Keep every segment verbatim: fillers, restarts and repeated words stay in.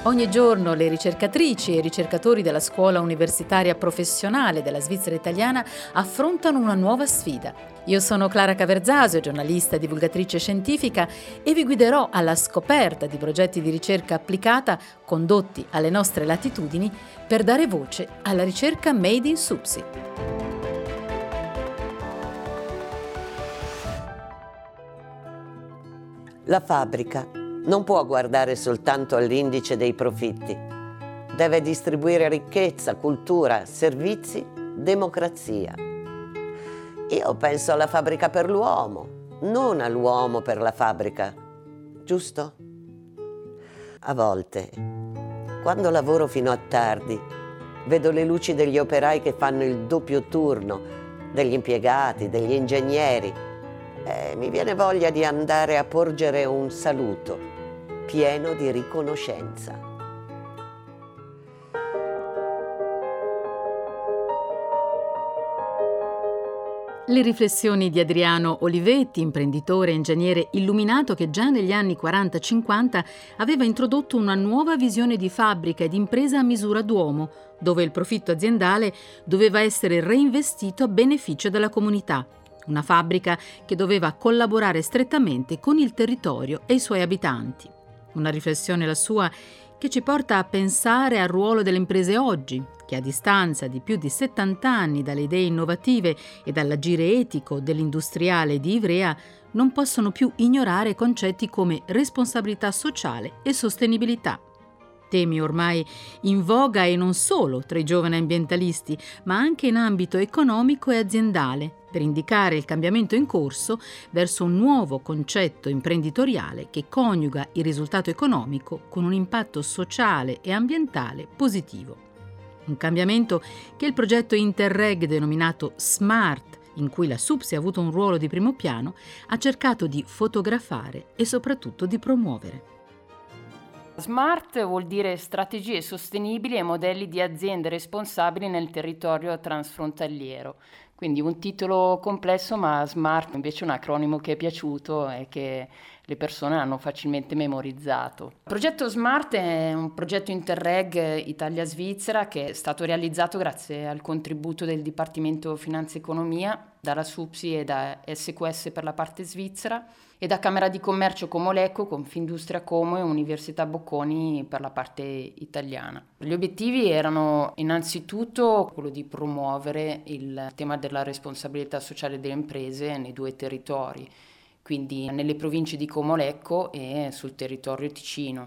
Ogni giorno le ricercatrici e i ricercatori della Scuola Universitaria Professionale della Svizzera Italiana affrontano una nuova sfida. Io sono Clara Caverzasio, giornalista e divulgatrice scientifica, e vi guiderò alla scoperta di progetti di ricerca applicata condotti alle nostre latitudini per dare voce alla ricerca Made in SUPSI. La fabbrica non può guardare soltanto all'indice dei profitti. Deve distribuire ricchezza, cultura, servizi, democrazia. Io penso alla fabbrica per l'uomo, non all'uomo per la fabbrica. Giusto? A volte, quando lavoro fino a tardi, vedo le luci degli operai che fanno il doppio turno, degli impiegati, degli ingegneri, e mi viene voglia di andare a porgere un saluto pieno di riconoscenza. Le riflessioni di Adriano Olivetti, imprenditore e ingegnere illuminato che già negli anni quaranta cinquanta aveva introdotto una nuova visione di fabbrica e di impresa a misura d'uomo, dove il profitto aziendale doveva essere reinvestito a beneficio della comunità. Una fabbrica che doveva collaborare strettamente con il territorio e i suoi abitanti. Una riflessione, la sua, che ci porta a pensare al ruolo delle imprese oggi, che a distanza di più di settanta anni dalle idee innovative e dall'agire etico dell'industriale di Ivrea non possono più ignorare concetti come responsabilità sociale e sostenibilità. Temi ormai in voga e non solo tra i giovani ambientalisti, ma anche in ambito economico e aziendale, per indicare il cambiamento in corso verso un nuovo concetto imprenditoriale che coniuga il risultato economico con un impatto sociale e ambientale positivo. Un cambiamento che il progetto Interreg denominato SMART, in cui la SUPSI ha avuto un ruolo di primo piano, ha cercato di fotografare e soprattutto di promuovere. SMART vuol dire strategie sostenibili e modelli di aziende responsabili nel territorio transfrontaliero. Quindi un titolo complesso, ma SMART invece è un acronimo che è piaciuto e che le persone hanno facilmente memorizzato. Il progetto SMART è un progetto Interreg Italia-Svizzera che è stato realizzato grazie al contributo del Dipartimento Finanza e Economia, dalla SUPSI e da S Q S per la parte svizzera e da Camera di Commercio Como Lecco, Confindustria Como e Università Bocconi per la parte italiana. Gli obiettivi erano innanzitutto quello di promuovere il tema della responsabilità sociale delle imprese nei due territori, quindi nelle province di Como Lecco e sul territorio ticino.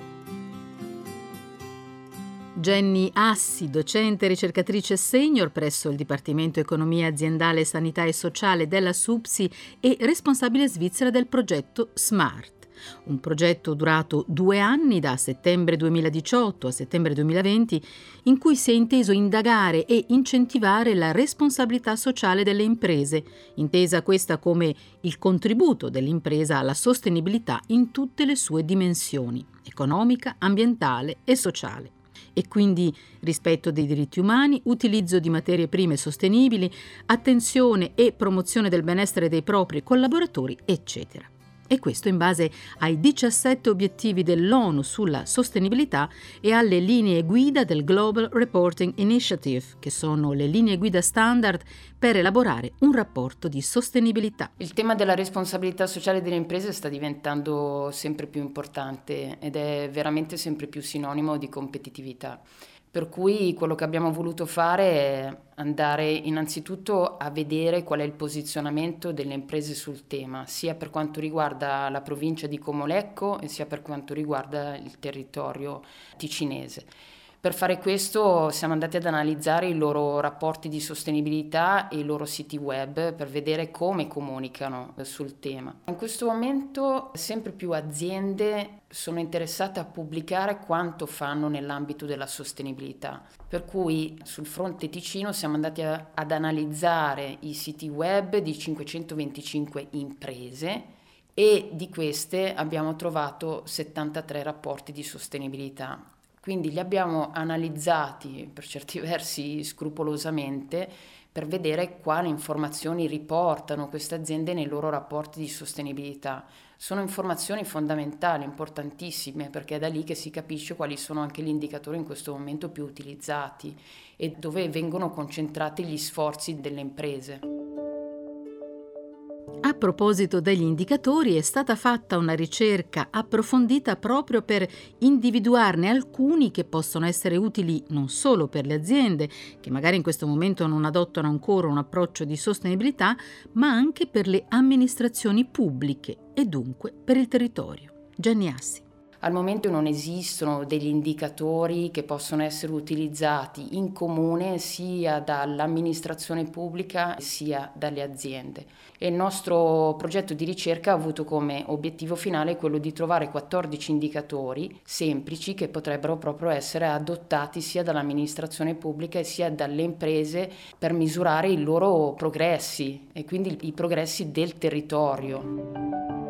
Jenny Assi, docente e ricercatrice senior presso il Dipartimento Economia Aziendale, Sanità e Sociale della SUPSI e responsabile svizzera del progetto SMART. Un progetto durato due anni, da settembre duemiladiciotto a settembre duemilaventi, in cui si è inteso indagare e incentivare la responsabilità sociale delle imprese, intesa questa come il contributo dell'impresa alla sostenibilità in tutte le sue dimensioni, economica, ambientale e sociale. E quindi rispetto dei diritti umani, utilizzo di materie prime sostenibili, attenzione e promozione del benessere dei propri collaboratori, eccetera. E questo in base ai diciassette obiettivi dell'ONU sulla sostenibilità e alle linee guida del Global Reporting Initiative, che sono le linee guida standard per elaborare un rapporto di sostenibilità. Il tema della responsabilità sociale delle imprese sta diventando sempre più importante ed è veramente sempre più sinonimo di competitività. Per cui quello che abbiamo voluto fare è andare innanzitutto a vedere qual è il posizionamento delle imprese sul tema, sia per quanto riguarda la provincia di Como Lecco e sia per quanto riguarda il territorio ticinese. Per fare questo siamo andati ad analizzare i loro rapporti di sostenibilità e i loro siti web per vedere come comunicano sul tema. In questo momento sempre più aziende sono interessate a pubblicare quanto fanno nell'ambito della sostenibilità. Per cui sul fronte ticino siamo andati a, ad analizzare i siti web di cinquecentoventicinque imprese e di queste abbiamo trovato settantatré rapporti di sostenibilità. Quindi li abbiamo analizzati per certi versi scrupolosamente per vedere quali informazioni riportano queste aziende nei loro rapporti di sostenibilità. Sono informazioni fondamentali, importantissime, perché è da lì che si capisce quali sono anche gli indicatori in questo momento più utilizzati e dove vengono concentrati gli sforzi delle imprese. A proposito degli indicatori, è stata fatta una ricerca approfondita proprio per individuarne alcuni che possono essere utili non solo per le aziende, che magari in questo momento non adottano ancora un approccio di sostenibilità, ma anche per le amministrazioni pubbliche e dunque per il territorio. Jenny Assi. Al momento non esistono degli indicatori che possono essere utilizzati in comune sia dall'amministrazione pubblica sia dalle aziende. E il nostro progetto di ricerca ha avuto come obiettivo finale quello di trovare quattordici indicatori semplici che potrebbero proprio essere adottati sia dall'amministrazione pubblica sia dalle imprese per misurare i loro progressi e quindi i progressi del territorio.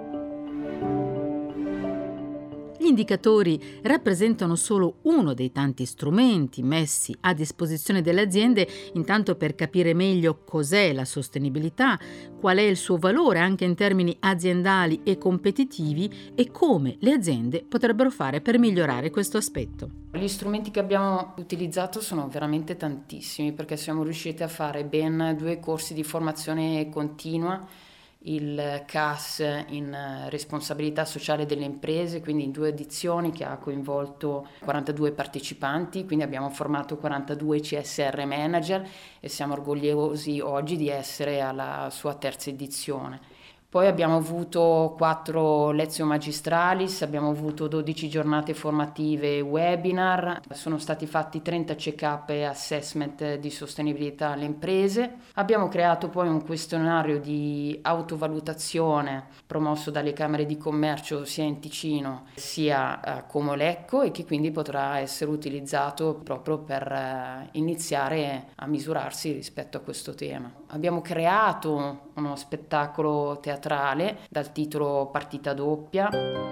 Gli indicatori rappresentano solo uno dei tanti strumenti messi a disposizione delle aziende, intanto per capire meglio cos'è la sostenibilità, qual è il suo valore anche in termini aziendali e competitivi e come le aziende potrebbero fare per migliorare questo aspetto. Gli strumenti che abbiamo utilizzato sono veramente tantissimi, perché siamo riusciti a fare ben due corsi di formazione continua, il C A S in responsabilità sociale delle imprese, quindi in due edizioni che ha coinvolto quarantadue partecipanti, quindi abbiamo formato quarantadue C S R manager e siamo orgogliosi oggi di essere alla sua terza edizione. Poi abbiamo avuto quattro lezioni magistralis, abbiamo avuto dodici giornate formative webinar, sono stati fatti trenta check-up e assessment di sostenibilità alle imprese. Abbiamo creato poi un questionario di autovalutazione promosso dalle Camere di Commercio sia in Ticino sia a Como Lecco e che quindi potrà essere utilizzato proprio per iniziare a misurarsi rispetto a questo tema. Abbiamo creato uno spettacolo teatrale dal titolo Partita doppia.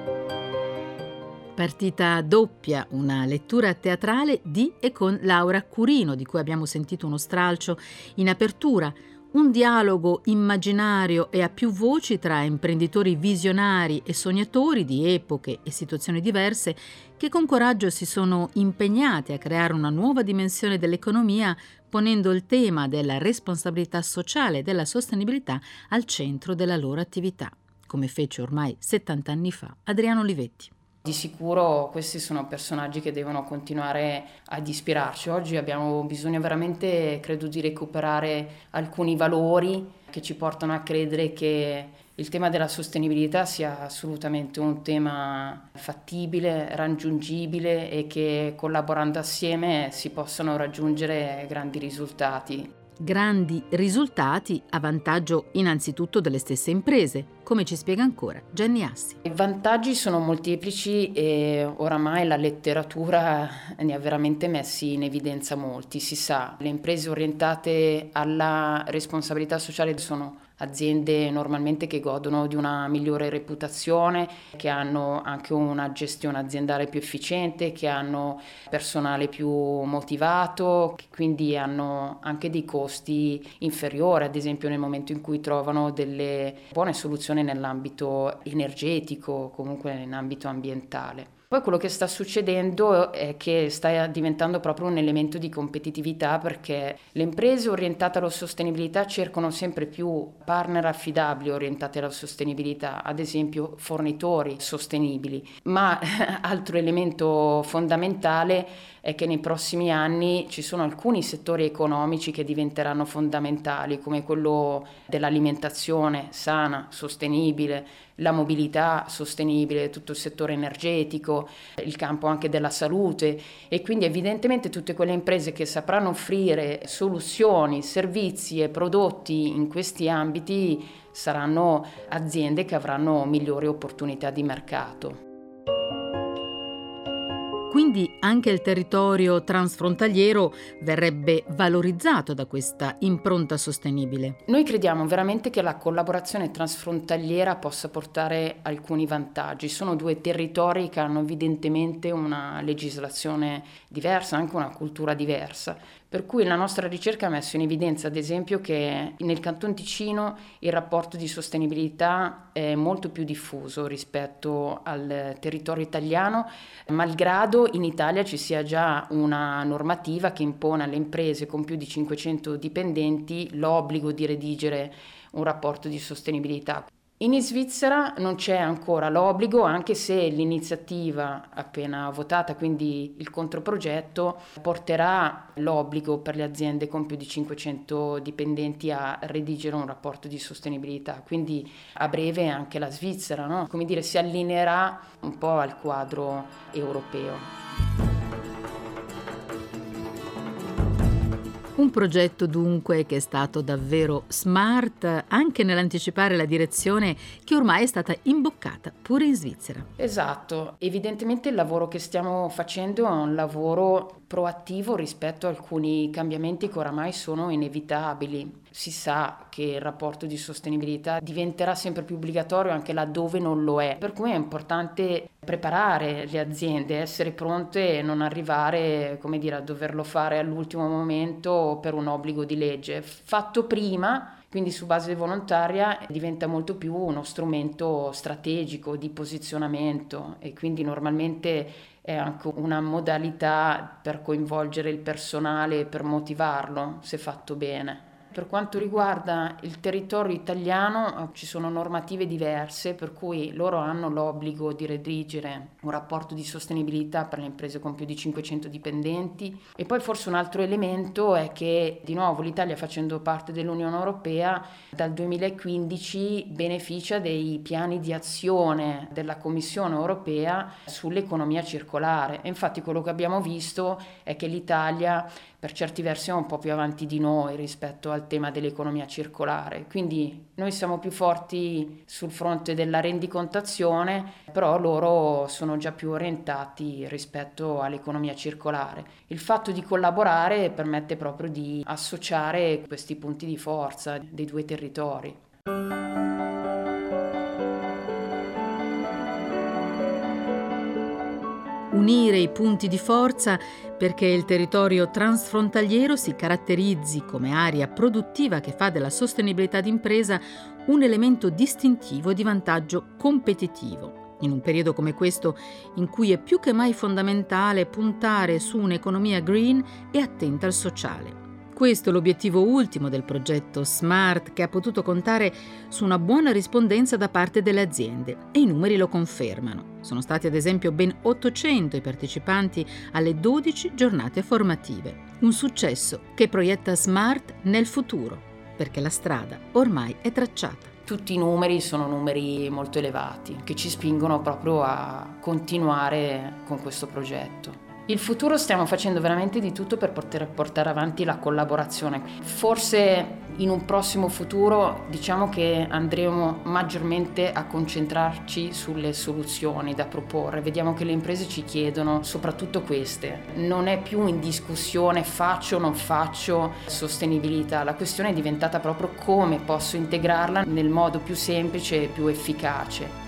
Partita doppia, una lettura teatrale di e con Laura Curino, di cui abbiamo sentito uno stralcio in apertura. Un dialogo immaginario e a più voci tra imprenditori visionari e sognatori di epoche e situazioni diverse che con coraggio si sono impegnati a creare una nuova dimensione dell'economia, ponendo il tema della responsabilità sociale e della sostenibilità al centro della loro attività, come fece ormai settanta anni fa Adriano Olivetti. Di sicuro questi sono personaggi che devono continuare ad ispirarci. Oggi abbiamo bisogno veramente, credo, di recuperare alcuni valori che ci portano a credere che il tema della sostenibilità sia assolutamente un tema fattibile, raggiungibile e che collaborando assieme si possano raggiungere grandi risultati. Grandi risultati a vantaggio innanzitutto delle stesse imprese, come ci spiega ancora Jenny Assi. I vantaggi sono molteplici e oramai la letteratura ne ha veramente messi in evidenza molti. Si sa, le imprese orientate alla responsabilità sociale sono aziende normalmente che godono di una migliore reputazione, che hanno anche una gestione aziendale più efficiente, che hanno personale più motivato, che quindi hanno anche dei costi inferiori, ad esempio nel momento in cui trovano delle buone soluzioni nell'ambito energetico, comunque nell'ambito ambientale. Poi quello che sta succedendo è che sta diventando proprio un elemento di competitività, perché le imprese orientate alla sostenibilità cercano sempre più partner affidabili orientati alla sostenibilità, ad esempio fornitori sostenibili. Ma altro elemento fondamentale è che nei prossimi anni ci sono alcuni settori economici che diventeranno fondamentali, come quello dell'alimentazione sana, sostenibile, la mobilità sostenibile, tutto il settore energetico, il campo anche della salute, e quindi evidentemente tutte quelle imprese che sapranno offrire soluzioni, servizi e prodotti in questi ambiti saranno aziende che avranno migliori opportunità di mercato. Quindi anche il territorio transfrontaliero verrebbe valorizzato da questa impronta sostenibile. Noi crediamo veramente che la collaborazione transfrontaliera possa portare alcuni vantaggi. Sono due territori che hanno evidentemente una legislazione diversa, anche una cultura diversa. Per cui la nostra ricerca ha messo in evidenza, ad esempio, che nel Canton Ticino il rapporto di sostenibilità è molto più diffuso rispetto al territorio italiano, malgrado in Italia ci sia già una normativa che impone alle imprese con più di cinquecento dipendenti l'obbligo di redigere un rapporto di sostenibilità. In Svizzera non c'è ancora l'obbligo, anche se l'iniziativa appena votata, quindi il controprogetto, porterà l'obbligo per le aziende con più di cinquecento dipendenti a redigere un rapporto di sostenibilità. Quindi a breve anche la Svizzera, no? Come dire, si allineerà un po' al quadro europeo. Un progetto dunque che è stato davvero smart anche nell'anticipare la direzione che ormai è stata imboccata pure in Svizzera. Esatto, evidentemente il lavoro che stiamo facendo è un lavoro proattivo rispetto a alcuni cambiamenti che oramai sono inevitabili. Si sa che il rapporto di sostenibilità diventerà sempre più obbligatorio anche laddove non lo è, per cui è importante preparare le aziende, essere pronte e non arrivare, come dire, a doverlo fare all'ultimo momento per un obbligo di legge. Fatto prima, quindi su base volontaria, diventa molto più uno strumento strategico di posizionamento e quindi normalmente è anche una modalità per coinvolgere il personale e per motivarlo, se fatto bene. Per quanto riguarda il territorio italiano ci sono normative diverse, per cui loro hanno l'obbligo di redigere un rapporto di sostenibilità per le imprese con più di cinquecento dipendenti. E poi forse un altro elemento è che di nuovo l'Italia, facendo parte dell'Unione Europea, dal duemilaquindici beneficia dei piani di azione della Commissione Europea sull'economia circolare. E infatti quello che abbiamo visto è che l'Italia per certi versi è un po' più avanti di noi rispetto al tema dell'economia circolare. Quindi noi siamo più forti sul fronte della rendicontazione, però loro sono già più orientati rispetto all'economia circolare. Il fatto di collaborare permette proprio di associare questi punti di forza dei due territori. Unire i punti di forza perché il territorio transfrontaliero si caratterizzi come area produttiva che fa della sostenibilità d'impresa un elemento distintivo di vantaggio competitivo. In un periodo come questo, in cui è più che mai fondamentale puntare su un'economia green e attenta al sociale. Questo è l'obiettivo ultimo del progetto SMART, che ha potuto contare su una buona rispondenza da parte delle aziende, e i numeri lo confermano. Sono stati ad esempio ben ottocento i partecipanti alle dodici giornate formative. Un successo che proietta SMART nel futuro, perché la strada ormai è tracciata. Tutti i numeri sono numeri molto elevati, che ci spingono proprio a continuare con questo progetto. Il futuro stiamo facendo veramente di tutto per poter portare avanti la collaborazione. Forse in un prossimo futuro diciamo che andremo maggiormente a concentrarci sulle soluzioni da proporre. Vediamo che le imprese ci chiedono soprattutto queste. Non è più in discussione faccio o non faccio sostenibilità, la questione è diventata proprio come posso integrarla nel modo più semplice e più efficace.